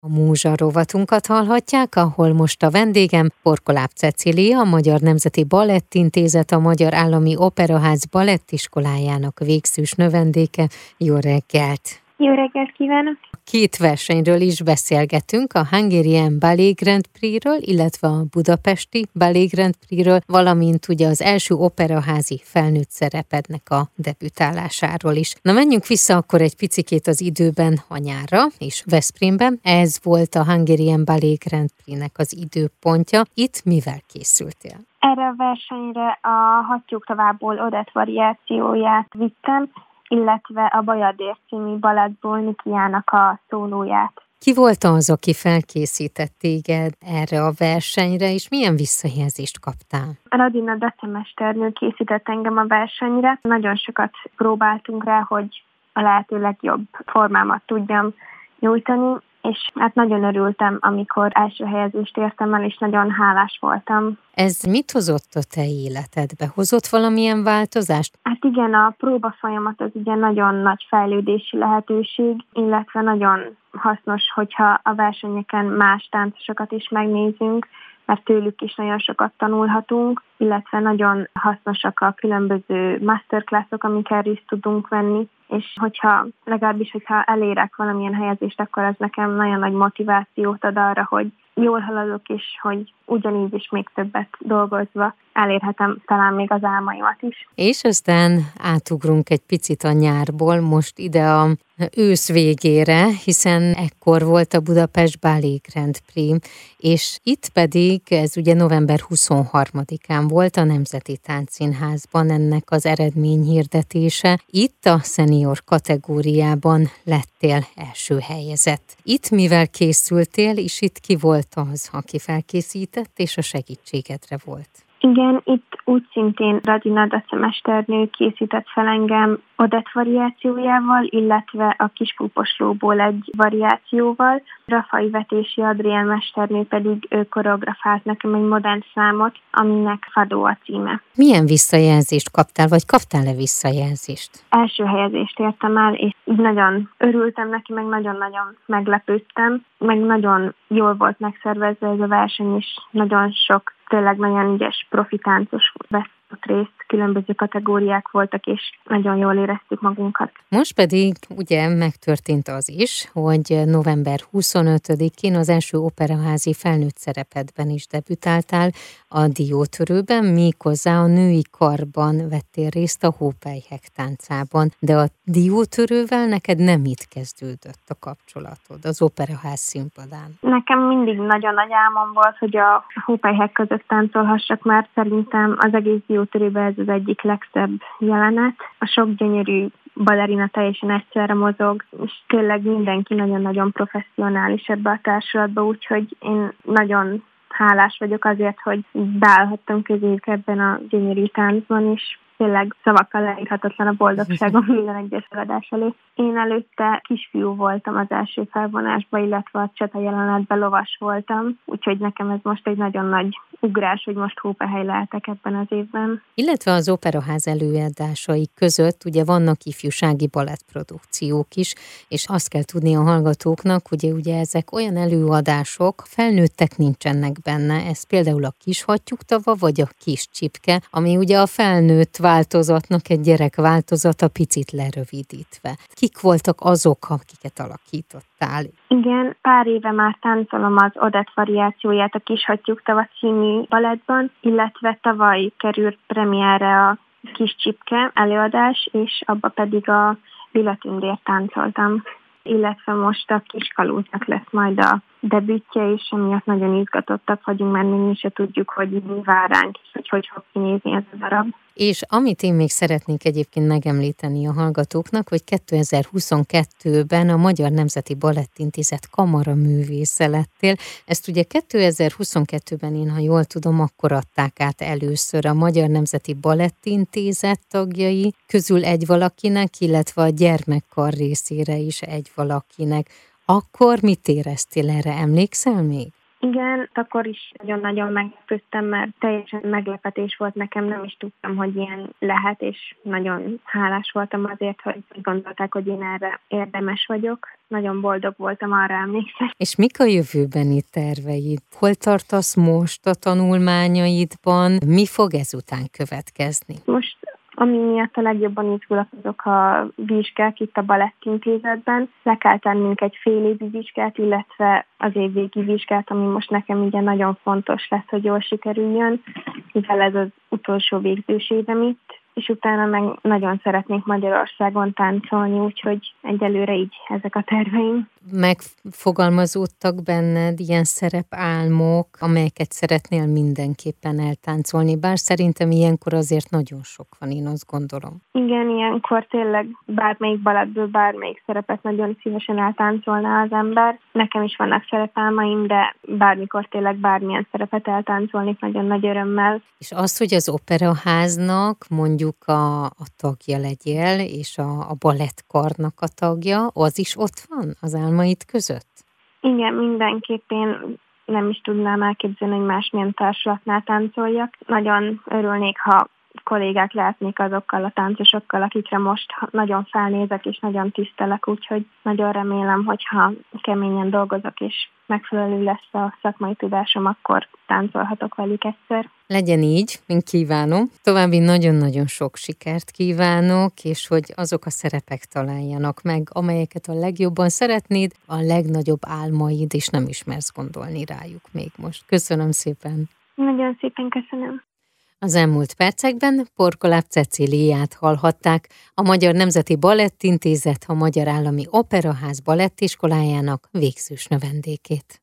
A Múzsa rovatunkat hallhatják, ahol most a vendégem Porkoláb Cecília, a Magyar Nemzeti Balettintézet, a Magyar Állami Operaház balettiskolájának végzős növendéke. Jó reggelt! Jó reggelt kívánok! Két versenyről is beszélgetünk, a Hungarian Ballet Grand Prix-ről, illetve a Budapesti Ballet Grand Prix-ről, valamint ugye az első operaházi felnőtt szerepednek a debütálásáról is. Na menjünk vissza akkor egy picikét az időben a nyárra és Veszprémben. Ez volt a Hungarian Ballet Grand Prix-nek az időpontja. Itt mivel készültél? Erre a versenyre a Hattyúk továbbból Odett variációját vittem, illetve a Bajadér című balettból Nikiának a szólóját. Ki volt az, aki felkészített téged erre a versenyre, és milyen visszajelzést kaptál? Radina decemesternő készített engem a versenyre. Nagyon sokat próbáltunk rá, hogy a lehető legjobb formámat tudjam nyújtani, és hát nagyon örültem, amikor első helyezést értem el, és nagyon hálás voltam. Ez mit hozott a te életedbe? Hozott valamilyen változást? Hát igen, a próba folyamat az ugye nagyon nagy fejlődési lehetőség, illetve nagyon hasznos, hogyha a versenyeken más táncosokat is megnézünk, mert tőlük is nagyon sokat tanulhatunk, illetve nagyon hasznosak a különböző masterclassok, amikkel részt tudunk venni, és hogyha elérek valamilyen helyezést, akkor ez nekem nagyon nagy motivációt ad arra, hogy jól haladok, és hogy ugyanígy is még többet dolgozva elérhetem talán még az álmaimat is. És aztán átugrunk egy picit a nyárból most ide a ősz végére, hiszen ekkor volt a Budapest Ballet Grand Prix, és itt pedig ez ugye november 23-án volt a Nemzeti Táncszínházban ennek az eredményhirdetése. Itt a szenior kategóriában lettél első helyezett. Itt mivel készültél, és itt ki volt az, aki felkészített, és a segítségedre volt? Igen, itt úgy szintén Radina decemesternő készített fel engem Odett variációjával, illetve a Kispúposlóból egy variációval. Rafai Vetési Adrián mesternő pedig koreografált nekem egy modern számot, aminek Fado a címe. Milyen visszajelzést kaptál, vagy kaptál-e visszajelzést? Első helyezést értem el, és így nagyon örültem neki, meg nagyon-nagyon meglepődtem, meg nagyon jól volt megszervezve ez a verseny, és nagyon sok tényleg nagyon ügyes profitáncos vett részt, különböző kategóriák voltak, és nagyon jól éreztük magunkat. Most pedig ugye megtörtént az is, hogy november 25-én az első operaházi felnőtt szerepedben is debütáltál a Diótörőben, méghozzá a női karban vettél részt a Hópelyhek táncában. De a Diótörővel neked nem itt kezdődött a kapcsolatod, az operaház színpadán. Nekem mindig nagyon nagy álmom volt, hogy a Hópelyhek között táncolhassak, mert szerintem az egész Diótörőben ez az egyik legszebb jelenet. A sok gyönyörű balerina teljesen egyszerre mozog, és tényleg mindenki nagyon-nagyon professzionális ebbe a társulatba, úgyhogy én nagyon hálás vagyok azért, hogy beállhattam közéjük ebben a gyönyörű táncban, és tényleg szavakkal leírhatatlan a boldogságom minden egyes feladás előtt. Én előtte kisfiú voltam az első felvonásban, illetve a csata jelenetben lovas voltam, úgyhogy nekem ez most egy nagyon nagy ugrás, hogy most hópehely lehetek ebben az évben. Illetve az operaház előadásai között ugye vannak ifjúsági balettprodukciók is, és azt kell tudni a hallgatóknak, hogy ugye ezek olyan előadások, felnőttek nincsenek benne, ez például a Kis Hattyúktava vagy a Kis Csipke, ami ugye a felnőtt változatnak egy gyerek változata picit lerövidítve. Kik voltak azok, akiket alakítottál? Igen, pár éve már táncolom az Odett variációját a Kis Hattyúktava című balettban, illetve tavaly került premierre a Kis Csipke előadás, és abba pedig a Lila Tündért táncoltam. Illetve most a Kiskalóznak lesz majd a debütje, és emiatt nagyon izgatottak vagyunk, mert mi se tudjuk, hogy mi vár ránk, és hogy fog kinézni ez a darab. És amit én még szeretnék egyébként megemlíteni a hallgatóknak, hogy 2022-ben a Magyar Nemzeti Balettintézet kamaraművésze lettél. Ezt ugye 2022-ben én, ha jól tudom, akkor adták át először a Magyar Nemzeti Balettintézet tagjai közül egy valakinek, illetve a gyermekkar részére is egy valakinek. Akkor mit éreztél erre? Emlékszel még? Igen, akkor is nagyon-nagyon meglepődtem, mert teljesen meglepetés volt nekem, nem is tudtam, hogy ilyen lehet, és nagyon hálás voltam azért, hogy gondolták, hogy én erre érdemes vagyok. Nagyon boldog voltam, arra emlékszem. És mik a jövőbeni terveid? Hol tartasz most a tanulmányaidban? Mi fog ezután következni? Most ami miatt a legjobban izgulok, azok a vizsgák itt a Balettintézetben. Le kell tennünk egy félévi vizsgát, illetve az évvégi vizsgát, ami most nekem ugye nagyon fontos lesz, hogy jól sikerüljön, mivel ez az utolsó végzős évem itt, és utána meg nagyon szeretnék Magyarországon táncolni, úgyhogy egyelőre így ezek a terveim. Megfogalmazódtak benned ilyen szerepálmok, amelyeket szeretnél mindenképpen eltáncolni, bár szerintem ilyenkor azért nagyon sok van, én azt gondolom. Igen, ilyenkor tényleg bármelyik balettből bármelyik szerepet nagyon szívesen eltáncolná az ember. Nekem is vannak szerepálmaim, de bármikor tényleg bármilyen szerepet eltáncolnék nagyon nagy örömmel. És az, hogy az operaháznak mondjuk a tagja legyél, és a balettkarnak a tagja, az is ott van az álmaid között? Igen, mindenképp én nem is tudnám elképzelni, hogy másmilyen társulatnál táncoljak. Nagyon örülnék, ha kollégák lehetnék azokkal a táncosokkal, akikre most nagyon felnézek és nagyon tisztelek, úgyhogy nagyon remélem, hogyha keményen dolgozok és megfelelő lesz a szakmai tudásom, akkor táncolhatok velük egyszer. Legyen így, én kívánom. További nagyon-nagyon sok sikert kívánok, és hogy azok a szerepek találjanak meg, amelyeket a legjobban szeretnéd, a legnagyobb álmaid, és nem ismersz gondolni rájuk még most. Köszönöm szépen! Nagyon szépen köszönöm! Az elmúlt percekben Porkoláb Cecíliát hallhatták, a Magyar Nemzeti Balettintézet, a Magyar Állami Operaház balettiskolájának végzős növendékét.